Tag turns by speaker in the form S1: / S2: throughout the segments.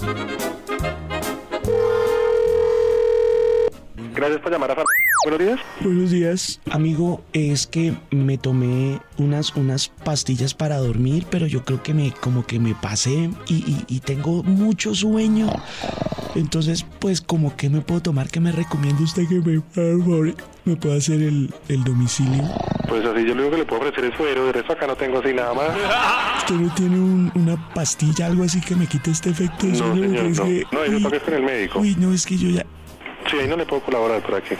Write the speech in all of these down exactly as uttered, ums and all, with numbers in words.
S1: Gracias por llamar a Far... Buenos días.
S2: Buenos días, amigo. Es que me tomé unas, unas pastillas para dormir, pero yo creo que me como que me pasé y, y, y tengo mucho sueño. Entonces, pues, como que me puedo tomar, que me recomienda usted que me, por favor, me pueda hacer el, el domicilio.
S1: Pues así yo lo único que le puedo ofrecer es suero, de resto acá no tengo así nada más.
S2: ¿Usted no tiene un, una pastilla, algo así que me quite este efecto de
S1: No,
S2: sueño?
S1: señor,
S2: Es
S1: no.
S2: que,
S1: No, yo toques con el médico.
S2: Uy, no, es que yo ya...
S1: Sí, ahí no le puedo colaborar por aquí.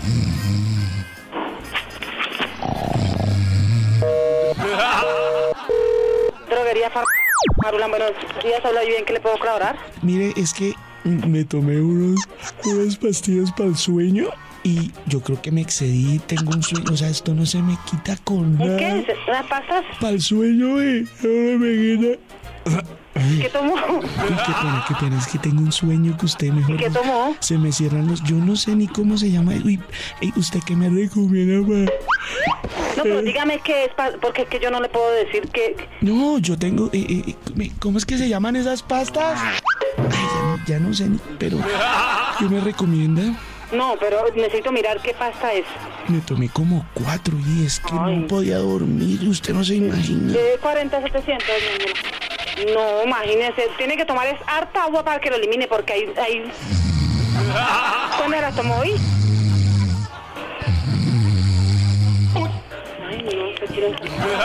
S3: Droguería Far... Marulán, buenos días, habla bien, ¿qué le puedo colaborar?
S2: Mire, es que me tomé unos, unas pastillas para el sueño y yo creo que me excedí, tengo un sueño, o sea, esto no se me quita con nada.
S3: ¿Qué? ¿Unas pastas?
S2: Para el sueño, eh, ahora me quita.
S3: ¿Qué tomó?
S2: Uy, qué pena, qué pena, es que tengo un sueño que usted mejor...
S3: ¿Qué tomó?
S2: Se me cierran los... Yo no sé ni cómo se llama. Uy, ey, ¿usted qué me recomienda para...?
S3: No, pero dígame qué es, pa... porque es que yo no le puedo decir que...
S2: No, yo tengo... Eh, eh, me- ¿Cómo es que se llaman esas pastas? Ay, ya, no- ya no sé ni... Pero... ¿Qué me recomienda?
S3: No, pero necesito mirar qué pasta es.
S2: Me tomé como cuatro y es que
S3: Ay.
S2: no podía dormir. Usted no se imagina.
S3: De cuarenta a setecientos, mi amor. No, imagínese, tiene que tomar es harta agua para que lo elimine, porque ahí... ahí... ¿Cuándo la tomó hoy? Ay, no, se quieren...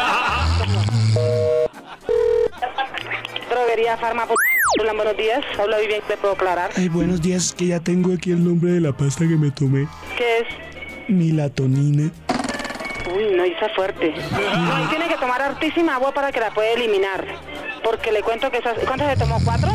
S3: Droguería Farma, hola, buenos días, habla bien, ¿le puedo aclarar?
S2: Ay, buenos días, que ya tengo aquí el nombre de la pasta que me tomé.
S3: ¿Qué es?
S2: Milatonina.
S3: Uy, no, hizo fuerte. No, y tiene que tomar hartísima agua para que la pueda eliminar. Porque le cuento que esas... ¿Cuántas se tomó? ¿Cuatro?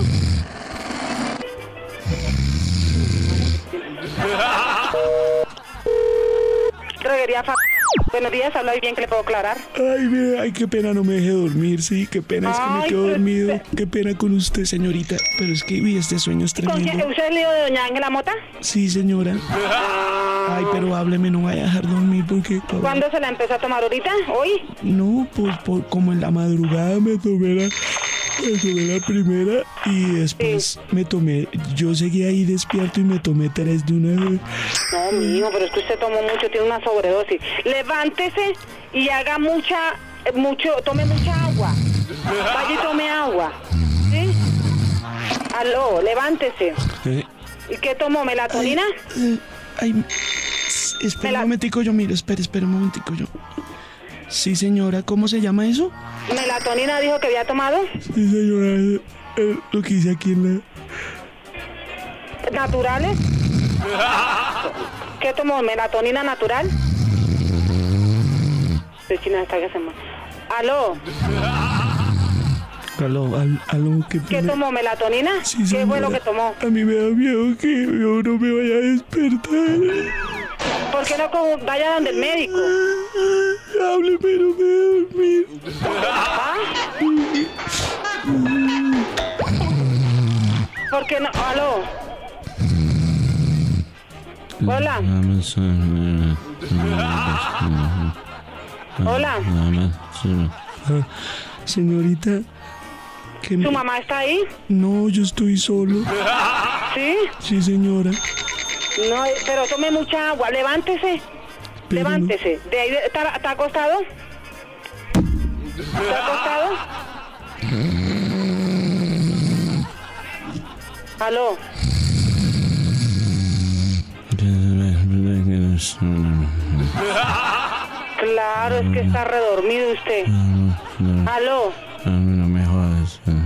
S3: Droguería Fa... Buenos días, habla bien, que le puedo aclarar.
S2: Ay, mira, ay, qué pena, no me deje dormir, sí, qué pena, es que me
S3: Ay,
S2: quedo
S3: pero-
S2: dormido. Qué pena con usted, señorita. Pero es que, uy, este sueño es
S3: ¿Con quién?
S2: tremendo.
S3: ¿Usted es el hijo de doña Ángela Mota?
S2: Sí, señora. Ay, pero hábleme, no vaya a dejar dormir porque...
S3: ¿Cuándo se la empezó a tomar? ¿Ahorita? ¿Hoy?
S2: No, pues por, como en la madrugada me tomé la, me tomé la primera y después
S3: Sí.
S2: me tomé, yo seguí ahí despierto y me tomé tres de una vez.
S3: No, mijo, pero es que usted tomó mucho, tiene una sobredosis. Levántese y haga mucha, eh, mucho, tome mucha agua. Vaya y tome agua. ¿Sí? Aló, levántese.
S2: Eh,
S3: ¿Y qué tomó? ¿Melatonina?
S2: eh, ay, s- espera
S3: Mela-
S2: un momentico yo, mire, espera, espera un momentico yo. Sí, señora, ¿cómo se llama eso?
S3: ¿Melatonina dijo que había tomado?
S2: Sí, señora, eh, eh, lo que hice aquí en la...
S3: ¿Naturales? ¿Qué tomó? ¿Melatonina natural? Vecina, está que se muere. ¿Aló?
S2: Aló, al, aló, ¿qué,
S3: ¿Qué
S2: me-
S3: tomó? ¿Melatonina?
S2: Sí,
S3: ¿Qué fue
S2: señora.
S3: lo que tomó?
S2: A mí me da miedo que yo no me vaya a despertar.
S3: ¿Por qué no co- vaya donde el médico?
S2: Hábleme, no me voy a dormir.
S3: ¿Ah? ¿Por qué no? ¿Aló? Hola. Hola.
S2: Ah, señorita, ¿qué me...
S3: ¿Su mamá está ahí?
S2: No, yo estoy solo.
S3: ¿Sí?
S2: Sí, señora.
S3: No, eh, pero tome mucha agua. Levántese.
S2: Pero no-
S3: Levántese. ¿De ahí de- está, está acostado? ¿Está acostado? ¿Aló? Claro, es que está redormido usted. ¿Aló?
S4: No me jodas.